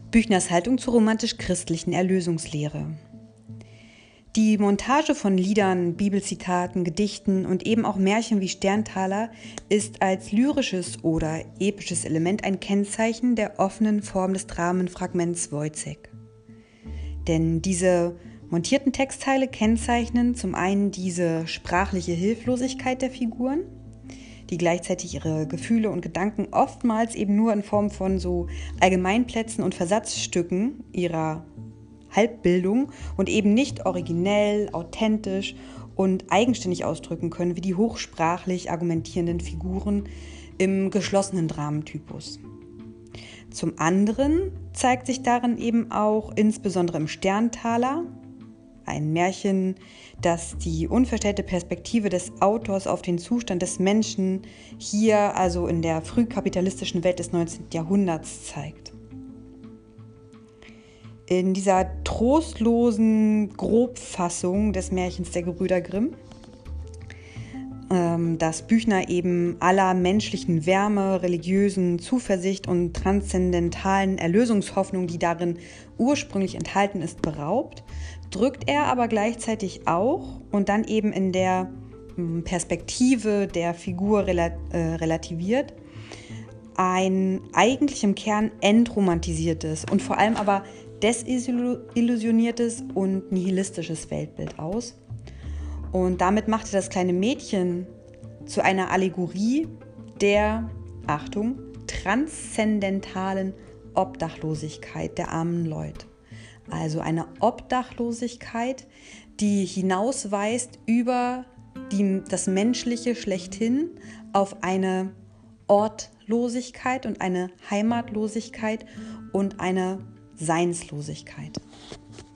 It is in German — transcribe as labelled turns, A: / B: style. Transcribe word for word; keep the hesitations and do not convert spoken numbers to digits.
A: Büchners Haltung zur romantisch-christlichen Erlösungslehre. Die Montage von Liedern, Bibelzitaten, Gedichten und eben auch Märchen wie Sterntaler ist als lyrisches oder episches Element ein Kennzeichen der offenen Form des Dramenfragments Woyzeck. Denn diese montierten Textteile kennzeichnen zum einen diese sprachliche Hilflosigkeit der Figuren, die gleichzeitig ihre Gefühle und Gedanken oftmals eben nur in Form von so Allgemeinplätzen und Versatzstücken ihrer Halbbildung und eben nicht originell, authentisch und eigenständig ausdrücken können, wie die hochsprachlich argumentierenden Figuren im geschlossenen Dramentypus. Zum anderen zeigt sich darin eben auch insbesondere im Sterntaler, ein Märchen, das die unverstellte Perspektive des Autors auf den Zustand des Menschen hier, also in der frühkapitalistischen Welt des neunzehnten Jahrhunderts, zeigt. In dieser trostlosen Grobfassung des Märchens der Gebrüder Grimm, ähm, das Büchner eben aller menschlichen Wärme, religiösen Zuversicht und transzendentalen Erlösungshoffnung, die darin ursprünglich enthalten ist, beraubt, drückt er aber gleichzeitig auch und dann eben in der Perspektive der Figur relativiert ein eigentlich im Kern entromantisiertes und vor allem aber desillusioniertes und nihilistisches Weltbild aus. Und damit macht er das kleine Mädchen zu einer Allegorie der, Achtung, transzendentalen Obdachlosigkeit der armen Leute. Also eine Obdachlosigkeit, die hinausweist über die, das Menschliche schlechthin auf eine Ortlosigkeit und eine Heimatlosigkeit und eine Seinslosigkeit.